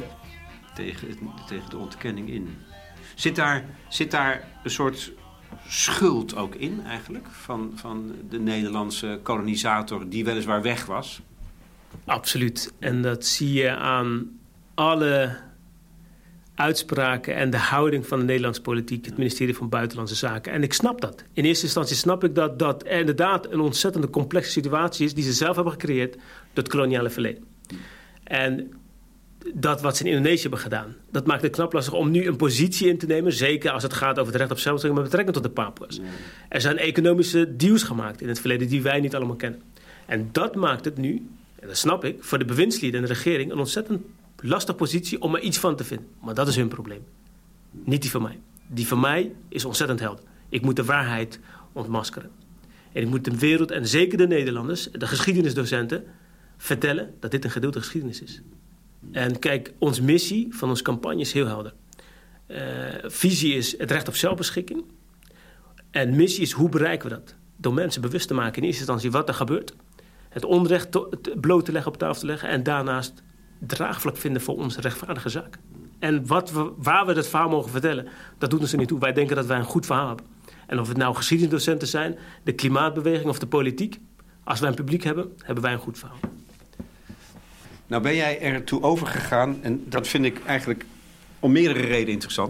Tegen de ontkenning in. Zit daar een soort schuld ook in eigenlijk? Van de Nederlandse kolonisator die weliswaar weg was? Absoluut. En dat zie je aan alle uitspraken en de houding van de Nederlandse politiek, het ministerie van Buitenlandse Zaken. En ik snap dat. In eerste instantie snap ik dat er inderdaad een ontzettende complexe situatie is die ze zelf hebben gecreëerd door het koloniale verleden. En dat wat ze in Indonesië hebben gedaan, dat maakt het knap lastig om nu een positie in te nemen, zeker als het gaat over het recht op zelfbeschikking met betrekking tot de Papua's. Er zijn economische deals gemaakt in het verleden die wij niet allemaal kennen. En dat maakt het nu, en dat snap ik, voor de bewindslieden en de regering een ontzettend lastige positie om er iets van te vinden. Maar dat is hun probleem. Niet die van mij. Die van mij is ontzettend helder. Ik moet de waarheid ontmaskeren. En ik moet de wereld, en zeker de Nederlanders, de geschiedenisdocenten, vertellen dat dit een gedeelte geschiedenis is. En kijk, onze missie van onze campagne is heel helder. Visie is het recht op zelfbeschikking. En missie is hoe bereiken we dat? Door mensen bewust te maken in eerste instantie wat er gebeurt. Het onrecht bloot te leggen, op tafel te leggen. En daarnaast draagvlak vinden voor onze rechtvaardige zaak. En waar we dat verhaal mogen vertellen, dat doet ons er niet toe. Wij denken dat wij een goed verhaal hebben. En of het nou geschiedenisdocenten zijn, de klimaatbeweging of de politiek, als wij een publiek hebben, hebben wij een goed verhaal. Nou ben jij ertoe overgegaan, en dat vind ik eigenlijk om meerdere redenen interessant,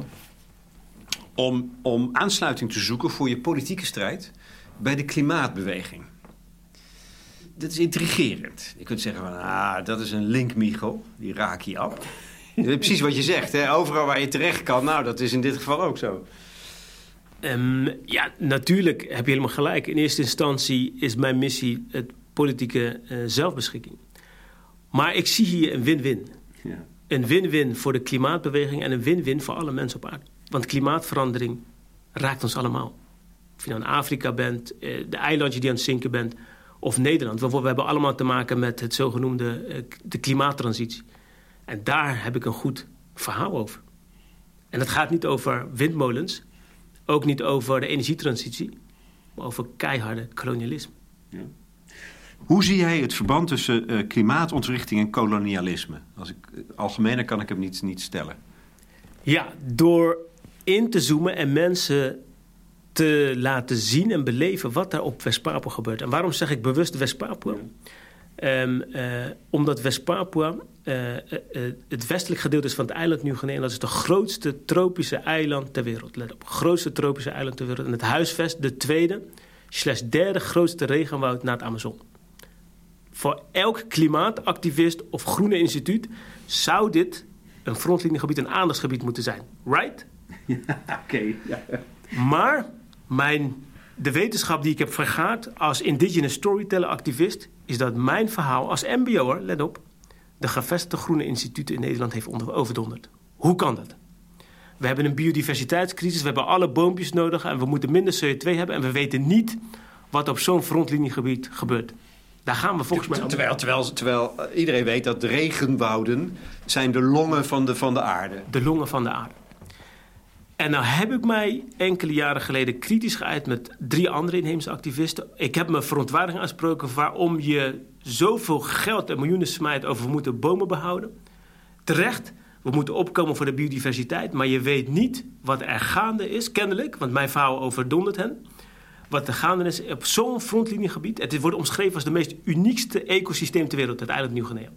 om aansluiting te zoeken voor je politieke strijd bij de klimaatbeweging. Dat is intrigerend. Je kunt zeggen van, dat is een link, Micho, die raak je af. Precies wat je zegt, hè? Overal waar je terecht kan, nou, dat is in dit geval ook zo. Ja, natuurlijk heb je helemaal gelijk. In eerste instantie is mijn missie het politieke zelfbeschikking. Maar ik zie hier een win-win. Ja. Een win-win voor de klimaatbeweging en een win-win voor alle mensen op aarde. Want klimaatverandering raakt ons allemaal. Of je nou in Afrika bent, de eilandje die aan het zinken bent, of Nederland. We hebben allemaal te maken met het zogenoemde de klimaattransitie. En daar heb ik een goed verhaal over. En dat gaat niet over windmolens, ook niet over de energietransitie, maar over keiharde kolonialisme. Ja. Hoe zie jij het verband tussen klimaatontwrichting en kolonialisme? Algemener kan ik hem niet stellen. Ja, door in te zoomen en mensen te laten zien en beleven wat daar op West-Papua gebeurt. En waarom zeg ik bewust West-Papua? Omdat West-Papua het westelijk gedeelte is van het eiland Nieuw-Guinea. En dat is de grootste tropische eiland ter wereld. Let op, grootste tropische eiland ter wereld. En het huisvest de tweede/derde grootste regenwoud na het Amazon. Voor elk klimaatactivist of groene instituut zou dit een frontliniegebied, een aandachtsgebied moeten zijn. Right? Oké. Ja. Maar de wetenschap die ik heb vergaard als indigenous storyteller activist is dat mijn verhaal als mbo'er, let op, de gevestigde groene instituten in Nederland heeft overdonderd. Hoe kan dat? We hebben een biodiversiteitscrisis, we hebben alle boompjes nodig en we moeten minder CO2 hebben en we weten niet wat op zo'n frontliniegebied gebeurt. Daar gaan we volgens mij... Terwijl iedereen weet dat de regenwouden zijn de longen van de aarde. De longen van de aarde. En nou heb ik mij enkele jaren geleden kritisch geuit met 3 andere inheemse activisten. Ik heb me verontwaardiging uitgesproken waarom je zoveel geld en miljoenen smijt over we moeten bomen behouden. Terecht, we moeten opkomen voor de biodiversiteit, maar je weet niet wat er gaande is, kennelijk, want mijn verhaal overdondert hen. Wat er gaande is op zo'n frontliniegebied. Het wordt omschreven als de meest uniekste ecosysteem ter wereld, het eiland Nieuw-Guinea.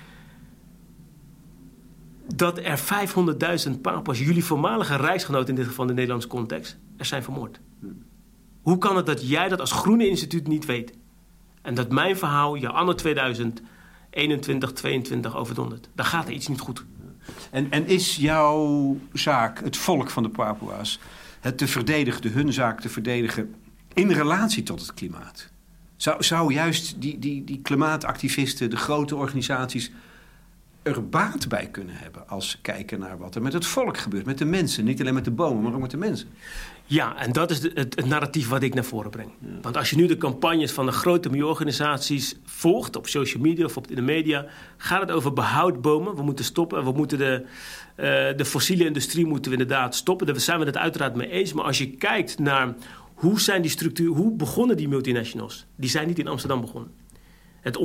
Dat er 500.000 Papua's, jullie voormalige reisgenoten in dit geval in de Nederlandse context, er zijn vermoord. Hoe kan het dat jij dat als groene instituut niet weet? En dat mijn verhaal je anno 2021, 22 overdondert. Dan gaat er iets niet goed. En is jouw zaak, het volk van de Papua's, het te verdedigen, hun zaak te verdedigen in relatie tot het klimaat? Zou juist die klimaatactivisten, de grote organisaties, er baat bij kunnen hebben als ze kijken naar wat er met het volk gebeurt, met de mensen. Niet alleen met de bomen, maar ook met de mensen. Ja, en dat is het narratief wat ik naar voren breng. Ja. Want als je nu de campagnes van de grote milieuorganisaties volgt, op social media of in de media, gaat het over behoud bomen. We moeten stoppen. We moeten de fossiele industrie moeten we inderdaad stoppen. Daar zijn we het uiteraard mee eens. Maar als je kijkt naar hoe begonnen die multinationals? Die zijn niet in Amsterdam begonnen. Het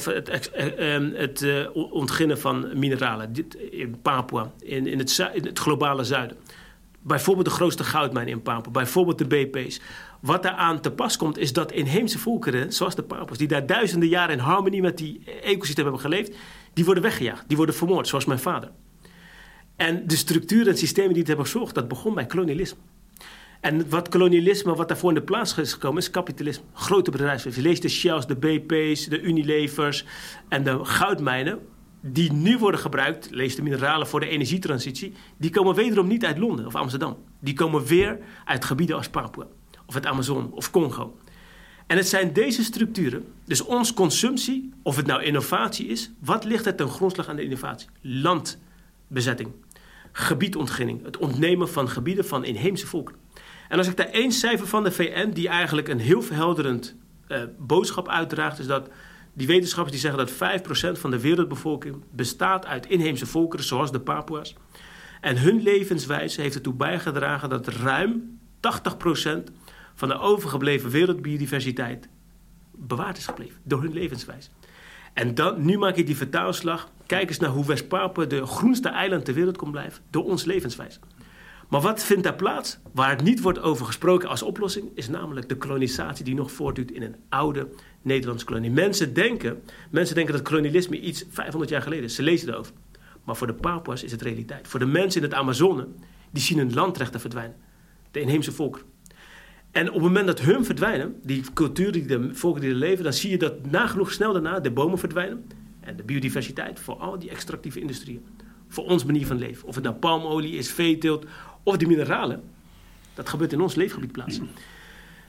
ontginnen van mineralen in Papua, in het globale zuiden. Bijvoorbeeld de grootste goudmijn in Papua, bijvoorbeeld de BP's. Wat daaraan te pas komt is dat inheemse volkeren, zoals de Papua's, die daar duizenden jaren in harmonie met die ecosysteem hebben geleefd, die worden weggejaagd, die worden vermoord, zoals mijn vader. En de structuren en systemen die het hebben gezorgd, dat begon bij kolonialisme. En wat daarvoor in de plaats is gekomen, is kapitalisme. Grote bedrijven. Je leest de Shells, de BP's, de Unilevers en de goudmijnen die nu worden gebruikt, lees de mineralen voor de energietransitie, die komen wederom niet uit Londen of Amsterdam. Die komen weer uit gebieden als Papua of het Amazon of Congo. En het zijn deze structuren, dus ons consumptie, of het nou innovatie is, wat ligt er ten grondslag aan de innovatie? Landbezetting, gebiedontginning, het ontnemen van gebieden van inheemse volken. En als ik daar 1 cijfer van de VN, die eigenlijk een heel verhelderend boodschap uitdraagt, is dat die wetenschappers die zeggen dat 5% van de wereldbevolking bestaat uit inheemse volkeren, zoals de Papua's. En hun levenswijze heeft ertoe bijgedragen dat ruim 80% van de overgebleven wereldbiodiversiteit bewaard is gebleven door hun levenswijze. En nu maak ik die vertaalslag. Kijk eens naar hoe West-Papua de groenste eiland ter wereld kon blijven door ons levenswijze. Maar wat vindt daar plaats? Waar het niet wordt over gesproken als oplossing, is namelijk de kolonisatie die nog voortduurt in een oude Nederlandse kolonie. Mensen denken dat kolonialisme iets 500 jaar geleden is. Ze lezen erover. Maar voor de Papua's is het realiteit. Voor de mensen in het Amazone, die zien hun landrechten verdwijnen. De inheemse volkeren. En op het moment dat hun verdwijnen, die cultuur, de volken die er leven, dan zie je dat nagenoeg snel daarna de bomen verdwijnen. En de biodiversiteit voor al die extractieve industrieën. Voor ons manier van leven. Of het nou palmolie is, veeteelt of de mineralen. Dat gebeurt in ons leefgebied plaats.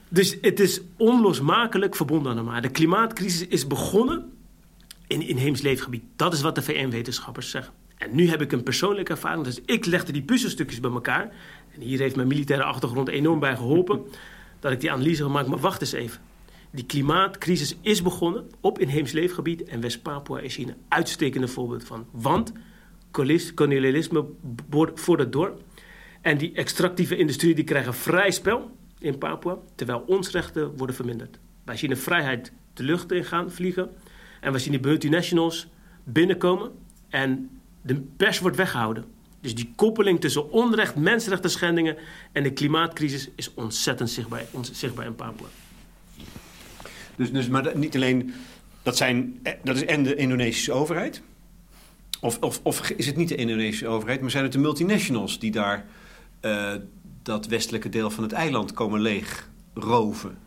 Dus het is onlosmakelijk verbonden aan elkaar. De klimaatcrisis is begonnen in inheems leefgebied. Dat is wat de VN-wetenschappers zeggen. En nu heb ik een persoonlijke ervaring. Dus ik legde die puzzelstukjes bij elkaar. En hier heeft mijn militaire achtergrond enorm bij geholpen. Dat ik die analyse heb gemaakt. Maar wacht eens even. Die klimaatcrisis is begonnen op inheems leefgebied. En West-Papua is hier een uitstekende voorbeeld van. Want kolonialisme vordert door. En die extractieve industrie die krijgen vrij spel in Papua. Terwijl ons rechten worden verminderd. Wij zien de vrijheid de lucht in gaan vliegen. En we zien die multinationals binnenkomen. En de pers wordt weggehouden. Dus die koppeling tussen onrecht, mensenrechten schendingen en de klimaatcrisis is ontzettend zichtbaar in Papua. Dus maar niet alleen, dat is en de Indonesische overheid. Of is het niet de Indonesische overheid, maar zijn het de multinationals die daar dat westelijke deel van het eiland komen leegroven?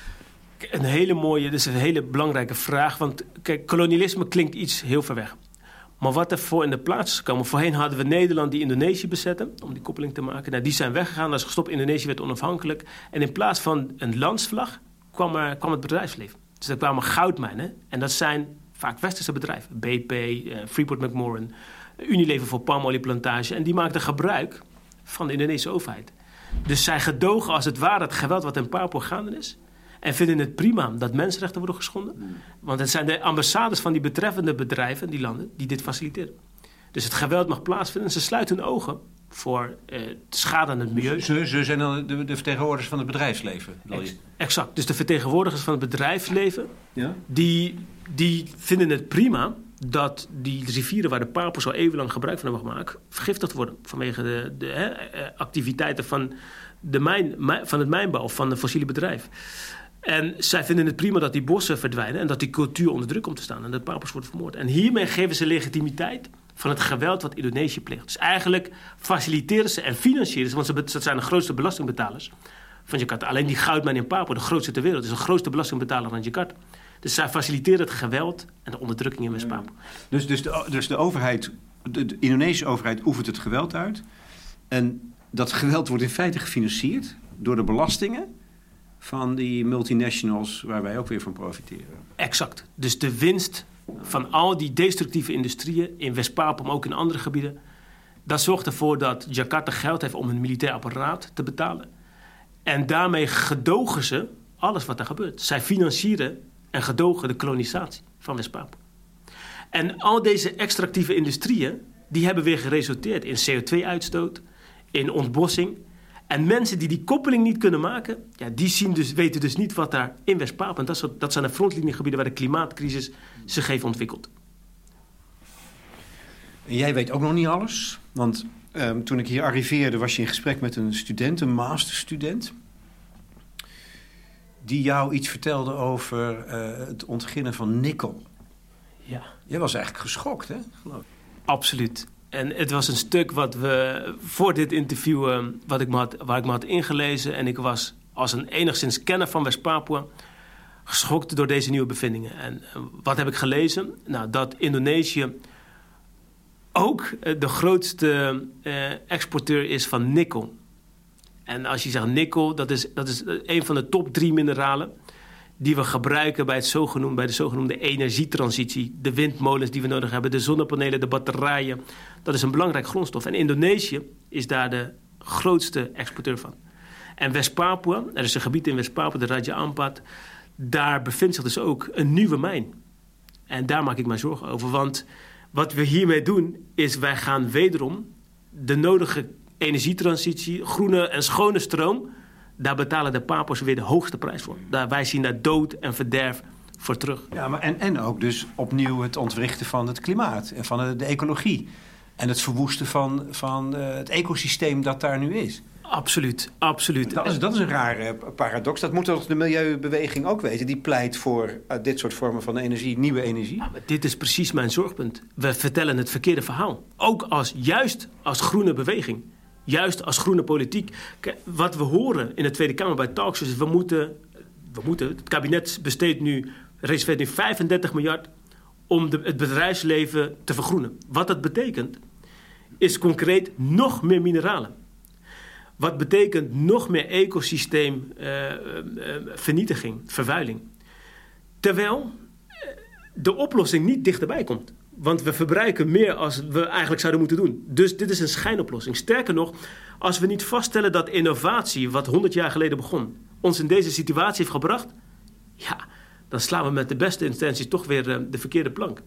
Een hele mooie, dus een hele belangrijke vraag. Want kijk, kolonialisme klinkt iets heel ver weg. Maar wat er voor in de plaats is gekomen... Voorheen hadden we Nederland die Indonesië bezetten... om die koppeling te maken. Nou, die zijn weggegaan, dat is gestopt. Indonesië werd onafhankelijk. En in plaats van een landsvlag kwam het bedrijfsleven. Dus er kwamen goudmijnen. En dat zijn vaak westerse bedrijven. BP, Freeport McMoran, Unilever voor palmolieplantage. En die maakten gebruik van de Indonesische overheid. Dus zij gedogen als het ware het geweld wat in Papua gaande is... En vinden het prima dat mensenrechten worden geschonden. Want het zijn de ambassades van die betreffende bedrijven, die landen, die dit faciliteren. Dus het geweld mag plaatsvinden. En ze sluiten hun ogen voor schade aan het milieu. Ze zijn dan de vertegenwoordigers van het bedrijfsleven? Exact. Dus de vertegenwoordigers van het bedrijfsleven... Ja? Die vinden het prima dat die rivieren waar de Papua's al eeuwenlang gebruik van hebben gemaakt... vergiftigd worden vanwege de activiteiten van het mijnbouw of van een fossiele bedrijf. En zij vinden het prima dat die bossen verdwijnen... en dat die cultuur onder druk komt te staan... en dat Papua's worden vermoord. En hiermee geven ze legitimiteit van het geweld wat Indonesië pleegt. Dus eigenlijk faciliteren ze en financieren ze... want dat zijn de grootste belastingbetalers van Jakarta. Alleen die goudmijn in Papua, de grootste ter wereld... is de grootste belastingbetaler van Jakarta. Dus zij faciliteren het geweld en de onderdrukking in West-Papua. Dus de overheid, de Indonesische overheid oefent het geweld uit... en dat geweld wordt in feite gefinancierd door de belastingen... van die multinationals waar wij ook weer van profiteren. Exact. Dus de winst van al die destructieve industrieën in West-Papua, maar ook in andere gebieden... dat zorgt ervoor dat Jakarta geld heeft om een militair apparaat te betalen. En daarmee gedogen ze alles wat er gebeurt. Zij financieren en gedogen de kolonisatie van West-Papua. En al deze extractieve industrieën... die hebben weer geresulteerd in CO2-uitstoot, in ontbossing... En mensen die koppeling niet kunnen maken... Ja, die weten dus niet wat daar in West-Papua... en dat zijn de frontliniegebieden waar de klimaatcrisis zich heeft ontwikkeld. En jij weet ook nog niet alles. Want toen ik hier arriveerde was je in gesprek met een student, een masterstudent... die jou iets vertelde over het ontginnen van nikkel. Ja. Jij was eigenlijk geschokt, hè? Geloof ik. Absoluut. En het was een stuk wat we voor dit interview, waar ik me had ingelezen. En ik was als een enigszins kenner van West-Papua geschokt door deze nieuwe bevindingen. En wat heb ik gelezen? Nou, dat Indonesië ook de grootste exporteur is van nikkel. En als je zegt nikkel, dat is een van de top 3 mineralen... die we gebruiken bij de zogenoemde energietransitie. De windmolens die we nodig hebben, de zonnepanelen, de batterijen. Dat is een belangrijk grondstof. En Indonesië is daar de grootste exporteur van. En West-Papua, er is een gebied in West-Papua, de Raja Ampat... daar bevindt zich dus ook een nieuwe mijn. En daar maak ik mij zorgen over. Want wat we hiermee doen, is wij gaan wederom de nodige energietransitie... groene en schone stroom... daar betalen de Papua's weer de hoogste prijs voor. Wij zien daar dood en verderf voor terug. Ja, maar en ook dus opnieuw het ontwrichten van het klimaat... en van de ecologie. En het verwoesten van het ecosysteem dat daar nu is. Absoluut. Dat is een rare paradox. Dat moet toch de milieubeweging ook weten. Die pleit voor dit soort vormen van energie, nieuwe energie. Ja, maar dit is precies mijn zorgpunt. We vertellen het verkeerde verhaal. Ook juist als groene beweging. Juist als groene politiek. Wat we horen in de Tweede Kamer bij talkshows is... we moeten het kabinet reserveert nu 35 miljard... om het bedrijfsleven te vergroenen. Wat dat betekent, is concreet nog meer mineralen. Wat betekent nog meer ecosysteemvernietiging, vervuiling. Terwijl de oplossing niet dichterbij komt. Want we verbruiken meer als we eigenlijk zouden moeten doen. Dus dit is een schijnoplossing. Sterker nog, als we niet vaststellen dat innovatie, wat 100 jaar geleden begon, ons in deze situatie heeft gebracht, ja, dan slaan we met de beste intenties toch weer de verkeerde plank.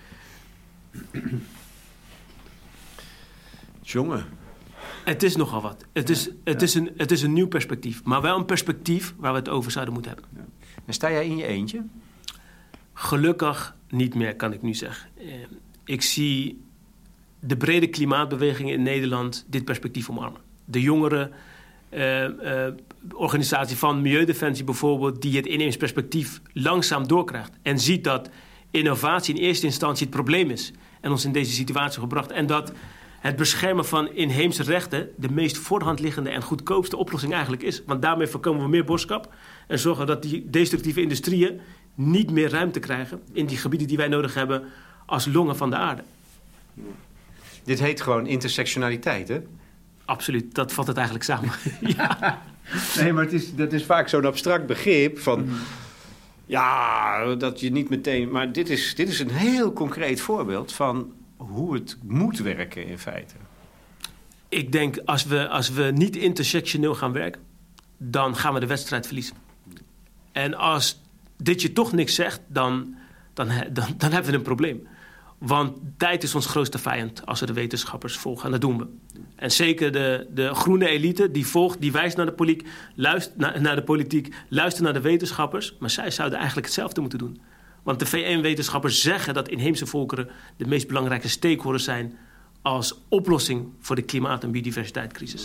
Jongen. Het is nogal wat. Het is een nieuw perspectief. Maar wel een perspectief waar we het over zouden moeten hebben. Ja. En sta jij in je eentje? Gelukkig niet meer, kan ik nu zeggen. Ik zie de brede klimaatbewegingen in Nederland dit perspectief omarmen. De jongere organisatie van Milieudefensie bijvoorbeeld, die het inheems perspectief langzaam doorkrijgt. En ziet dat innovatie in eerste instantie het probleem is. En ons in deze situatie gebracht. En dat het beschermen van inheemse rechten de meest voor de hand liggende en goedkoopste oplossing eigenlijk is. Want daarmee voorkomen we meer boskap en zorgen dat die destructieve industrieën niet meer ruimte krijgen in die gebieden die wij nodig hebben als longen van de aarde. Dit heet gewoon intersectionaliteit, hè? Absoluut, dat vat het eigenlijk samen. Ja. Nee, maar dat is vaak zo'n abstract begrip van... Ja, dat je niet meteen... Maar dit is een heel concreet voorbeeld van hoe het moet werken in feite. Ik denk, als we niet intersectioneel gaan werken, dan gaan we de wedstrijd verliezen. En als dit je toch niks zegt, dan hebben we een probleem. Want tijd is ons grootste vijand als we de wetenschappers volgen. En dat doen we. En zeker de groene elite die volgt, die wijst naar de politiek, luistert naar de wetenschappers. Maar zij zouden eigenlijk hetzelfde moeten doen. Want de VN-wetenschappers zeggen dat inheemse volkeren de meest belangrijke stakeholders zijn als oplossing voor de klimaat- en biodiversiteitscrisis.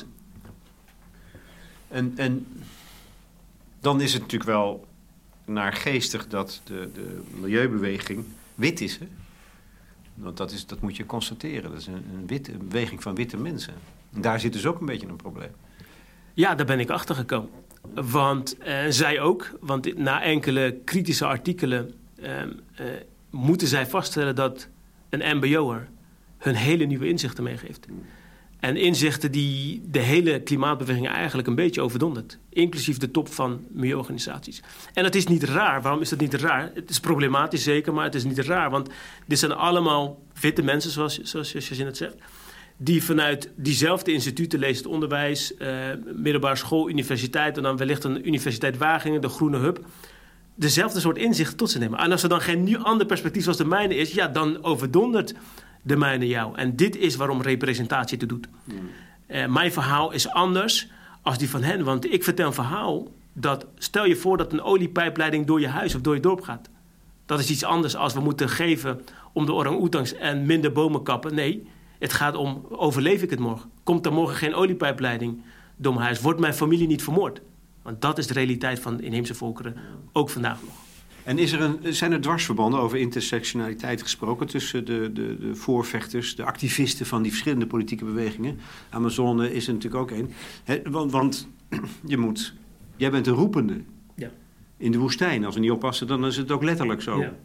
En dan is het natuurlijk wel naargeestig dat de milieubeweging wit is, hè? Want dat moet je constateren. Dat is een beweging van witte mensen. En daar zit dus ook een beetje een probleem. Ja, daar ben ik achter gekomen. Want zij ook. Want na enkele kritische artikelen moeten zij vaststellen dat een mbo'er hun hele nieuwe inzichten meegeeft. En inzichten die de hele klimaatbeweging eigenlijk een beetje overdondert. Inclusief de top van milieuorganisaties. En dat is niet raar. Waarom is dat niet raar? Het is problematisch zeker, maar het is niet raar. Want dit zijn allemaal witte mensen, zoals je net zegt, die vanuit diezelfde instituten, lezen het onderwijs, middelbare school, universiteit en dan wellicht een Universiteit Wageningen, de Groene Hub, dezelfde soort inzichten tot zich nemen. En als er dan geen nieuw ander perspectief zoals de mijne is, ja, dan overdondert de mijne jou. En dit is waarom representatie te doet. Mijn verhaal is anders als die van hen. Want ik vertel een verhaal dat, stel je voor dat een oliepijpleiding door je huis of door je dorp gaat. Dat is iets anders als we moeten geven om de orang-oetangs en minder bomen kappen. Nee, het gaat om, overleef ik het morgen? Komt er morgen geen oliepijpleiding door mijn huis? Wordt mijn familie niet vermoord? Want dat is de realiteit van inheemse volkeren, ook vandaag nog. En zijn er dwarsverbanden over intersectionaliteit gesproken tussen de voorvechters, de activisten van die verschillende politieke bewegingen? Amazone is er natuurlijk ook één. Want jij bent een roepende. Ja. In de woestijn. Als we niet oppassen, dan is het ook letterlijk zo. Ja.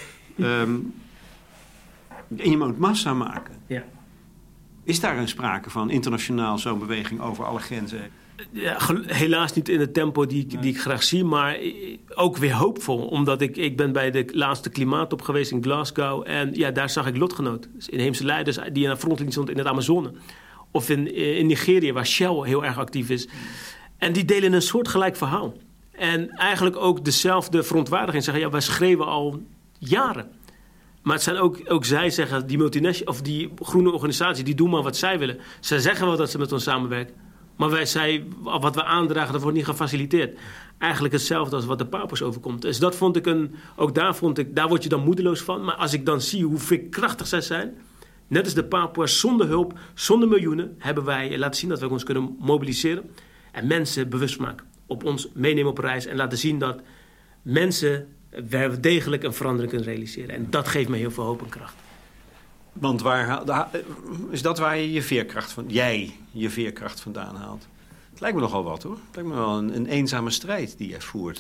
En je moet massa maken. Ja. Is daar een sprake van internationaal zo'n beweging over alle grenzen? Ja, helaas niet in het tempo die ik graag zie, maar ook weer hoopvol. Omdat ik ben bij de laatste klimaattop geweest in Glasgow. En ja, daar zag ik lotgenoten. Dus inheemse leiders die aan de frontlinie stonden in het Amazone. Of in Nigeria, waar Shell heel erg actief is. En die delen een soortgelijk verhaal. En eigenlijk ook dezelfde verontwaardiging. Zeggen, ja, wij schreeuwen al jaren. Maar het zijn ook zij zeggen, die multinational of die groene organisatie, die doen maar wat zij willen. Zij zeggen wel dat ze met ons samenwerken. Maar wat we aandragen, dat wordt niet gefaciliteerd. Eigenlijk hetzelfde als wat de Papua's overkomt. Dus dat vond ik daar word je dan moedeloos van. Maar als ik dan zie hoe veerkrachtig zij zijn, net als de Papua's, zonder hulp, zonder miljoenen, hebben wij laten zien dat we ons kunnen mobiliseren. En mensen bewust maken. Op ons meenemen op reis en laten zien dat mensen wel degelijk een verandering kunnen realiseren. En dat geeft me heel veel hoop en kracht. Want is dat waar je je veerkracht vandaan haalt? Het lijkt me nogal wat, hoor. Het lijkt me wel een eenzame strijd die jij voert.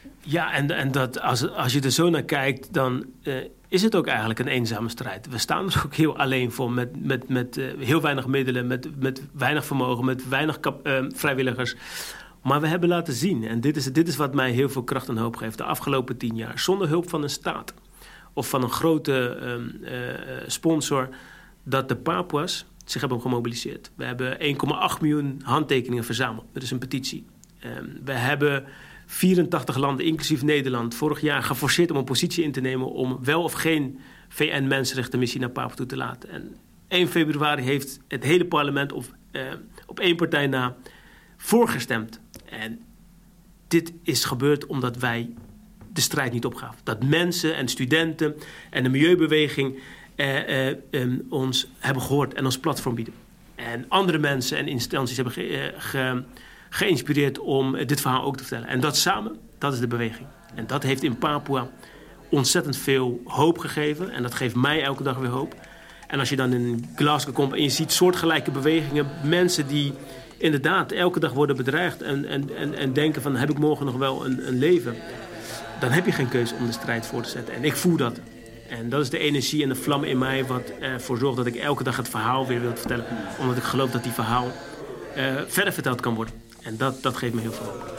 Ja, en dat als je er zo naar kijkt, dan is het ook eigenlijk een eenzame strijd. We staan er ook heel alleen voor, met heel weinig middelen, met weinig vermogen, met weinig vrijwilligers. Maar we hebben laten zien, en dit is wat mij heel veel kracht en hoop geeft, de afgelopen 10 jaar, zonder hulp van een staat of van een grote sponsor, dat de Papua's zich hebben gemobiliseerd. We hebben 1,8 miljoen handtekeningen verzameld. Dat is een petitie. We hebben 84 landen, inclusief Nederland, vorig jaar geforceerd om een positie in te nemen om wel of geen VN-mensenrechtenmissie naar Papua toe te laten. En 1 februari heeft het hele parlement op 1 partij na voorgestemd. En dit is gebeurd omdat wij de strijd niet opgaven. Dat mensen en studenten en de milieubeweging ons hebben gehoord en ons platform bieden. En andere mensen en instanties hebben geïnspireerd om dit verhaal ook te vertellen. En dat samen, dat is de beweging. En dat heeft in Papua ontzettend veel hoop gegeven. En dat geeft mij elke dag weer hoop. En als je dan in Glasgow komt en je ziet soortgelijke bewegingen, mensen die inderdaad elke dag worden bedreigd en denken van, heb ik morgen nog wel een leven? Dan heb je geen keuze om de strijd voor te zetten. En ik voel dat. En dat is de energie en de vlam in mij wat ervoor zorgt dat ik elke dag het verhaal weer wil vertellen. Omdat ik geloof dat die verhaal verder verteld kan worden. En dat geeft me heel veel hoop.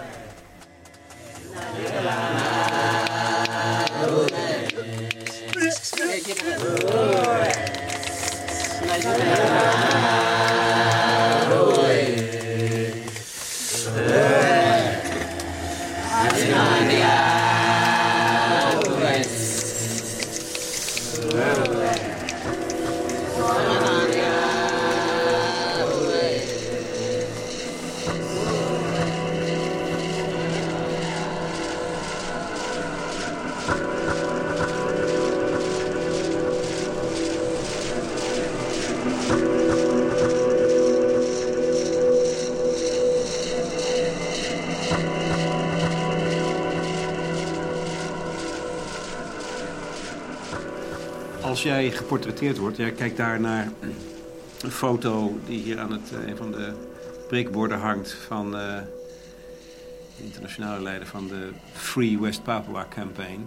Als jij geportretteerd wordt, jij kijkt daar naar een foto die hier aan een van de prikborden hangt van de internationale leider van de Free West Papua Campaign.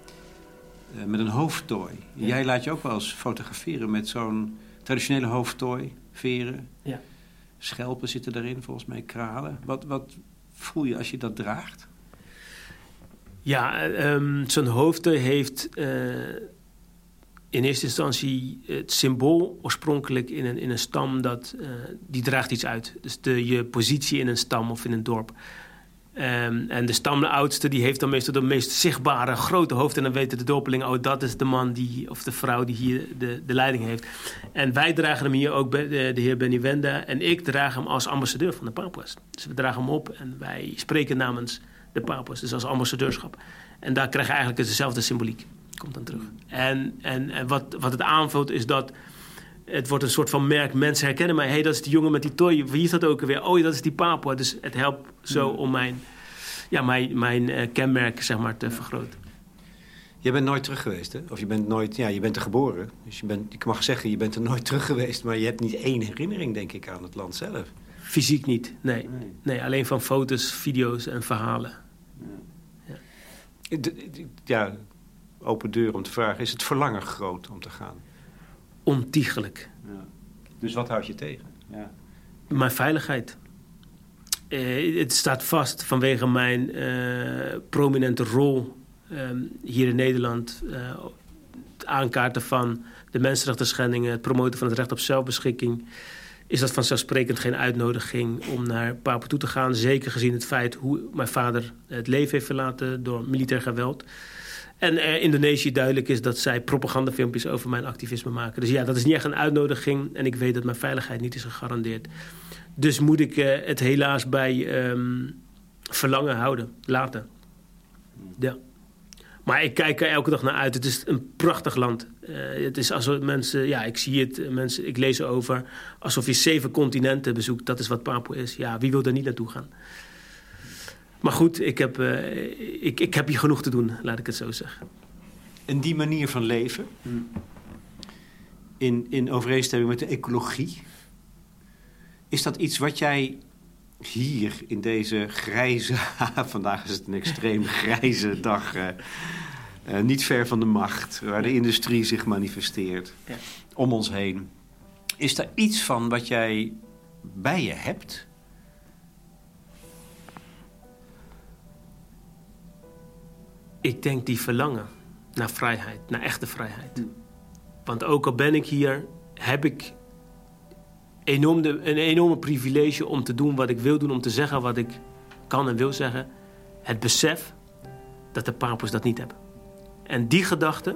Met een hoofdtooi. Ja. Jij laat je ook wel eens fotograferen met zo'n traditionele hoofdtooi, veren. Ja. Schelpen zitten daarin, volgens mij kralen. Wat voel je als je dat draagt? Ja, zo'n hoofdtooi heeft in eerste instantie het symbool oorspronkelijk in een stam die draagt iets uit. Dus je positie in een stam of in een dorp. En de stamoudste die heeft dan meestal de meest zichtbare grote hoofd. En dan weten de dorpelingen, oh, dat is de man of de vrouw die hier de leiding heeft. En wij dragen hem hier ook, de heer Benny Wenda en ik dragen hem als ambassadeur van de Papua's. Dus we dragen hem op en wij spreken namens de Papua's, dus als ambassadeurschap. En daar krijg je eigenlijk dezelfde symboliek. Komt dan terug. En wat het aanvult is dat het wordt een soort van merk. Mensen herkennen mij. Hey, dat is die jongen met die tooi. Wie is dat ook alweer? Oh, dat is die Papua. Dus het helpt zo om mijn kenmerk, zeg maar, te vergroten. Je bent nooit terug geweest, hè? Of je bent nooit... Ja, je bent er geboren. Dus ik mag zeggen, je bent er nooit terug geweest. Maar je hebt niet één herinnering, denk ik, aan het land zelf. Fysiek niet, nee. Alleen van foto's, video's en verhalen. Ja, open deur om te vragen. Is het verlangen groot om te gaan? Ontiegelijk. Ja. Dus wat houdt je tegen? Ja. Mijn veiligheid. Het staat vast vanwege mijn prominente rol hier in Nederland. Het aankaarten van de mensenrechtenschendingen, het promoten van het recht op zelfbeschikking. Is dat vanzelfsprekend geen uitnodiging om naar Papua toe te gaan. Zeker gezien het feit hoe mijn vader het leven heeft verlaten door militair geweld. En Indonesië duidelijk is dat zij propagandafilmpjes over mijn activisme maken. Dus ja, dat is niet echt een uitnodiging. En ik weet dat mijn veiligheid niet is gegarandeerd. Dus moet ik het helaas bij verlangen houden, laten. Ja. Maar ik kijk er elke dag naar uit. Het is een prachtig land. Het is alsof mensen... Ja, ik zie het. Ik lees erover. Alsof je 7 continenten bezoekt. Dat is wat Papua is. Ja, wie wil daar niet naartoe gaan? Maar goed, ik heb hier genoeg te doen, laat ik het zo zeggen. En die manier van leven, in overeenstemming met de ecologie, is dat iets wat jij hier in deze grijze... vandaag is het een extreem grijze dag... niet ver van de macht, waar de industrie zich manifesteert, om ons heen. Is daar iets van wat jij bij je hebt? Ik denk die verlangen naar vrijheid, naar echte vrijheid. Want ook al ben ik hier, heb ik een enorme privilege om te doen wat ik wil doen, om te zeggen wat ik kan en wil zeggen. Het besef dat de Papua's dat niet hebben. En die gedachte,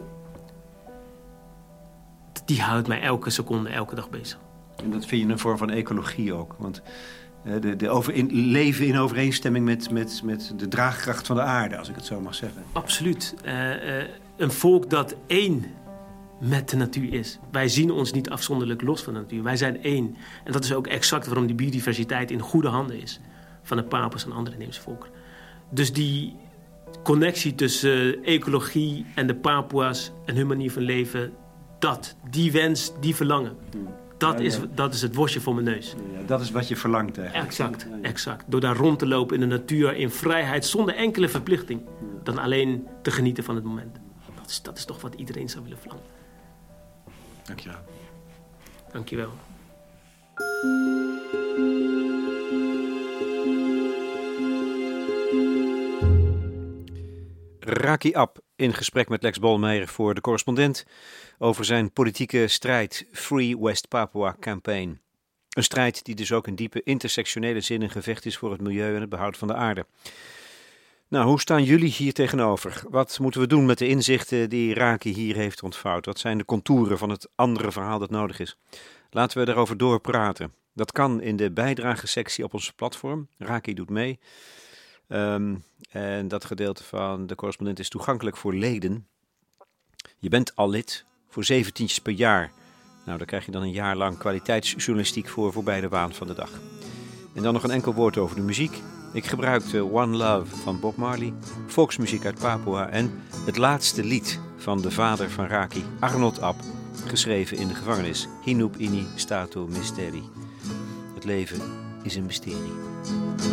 die houdt mij elke seconde, elke dag bezig. En dat vind je een vorm van ecologie ook. Want leven in overeenstemming met de draagkracht van de aarde, als ik het zo mag zeggen. Absoluut. Een volk dat één met de natuur is. Wij zien ons niet afzonderlijk los van de natuur. Wij zijn één. En dat is ook exact waarom die biodiversiteit in goede handen is. Van de Papua's en andere inheemse volken. Dus die connectie tussen ecologie en de Papua's en hun manier van leven, die wens, die verlangen. Dat is het worstje voor mijn neus. Ja, dat is wat je verlangt eigenlijk. Exact. Door daar rond te lopen in de natuur, in vrijheid, zonder enkele verplichting. Dan alleen te genieten van het moment. Dat is toch wat iedereen zou willen verlangen. Dankjewel. Dankjewel. Raki Ab in gesprek met Lex Bolmeijer voor De Correspondent over zijn politieke strijd Free West Papua Campaign. Een strijd die dus ook in diepe intersectionele zin een gevecht is voor het milieu en het behoud van de aarde. Nou, hoe staan jullie hier tegenover? Wat moeten we doen met de inzichten die Raki hier heeft ontvouwd? Wat zijn de contouren van het andere verhaal dat nodig is? Laten we daarover doorpraten. Dat kan in de bijdragesectie op onze platform. Raki doet mee. En dat gedeelte van De Correspondent is toegankelijk voor leden. Je bent al lid voor 17 per jaar. Nou, daar krijg je dan een jaar lang kwaliteitsjournalistiek voorbij de waan van de dag. En dan nog een enkel woord over de muziek. Ik gebruikte One Love van Bob Marley, volksmuziek uit Papua en het laatste lied van de vader van Raki, Arnold Ab, geschreven in de gevangenis. Hinup ini stato mysteri. Het leven is een mysterie.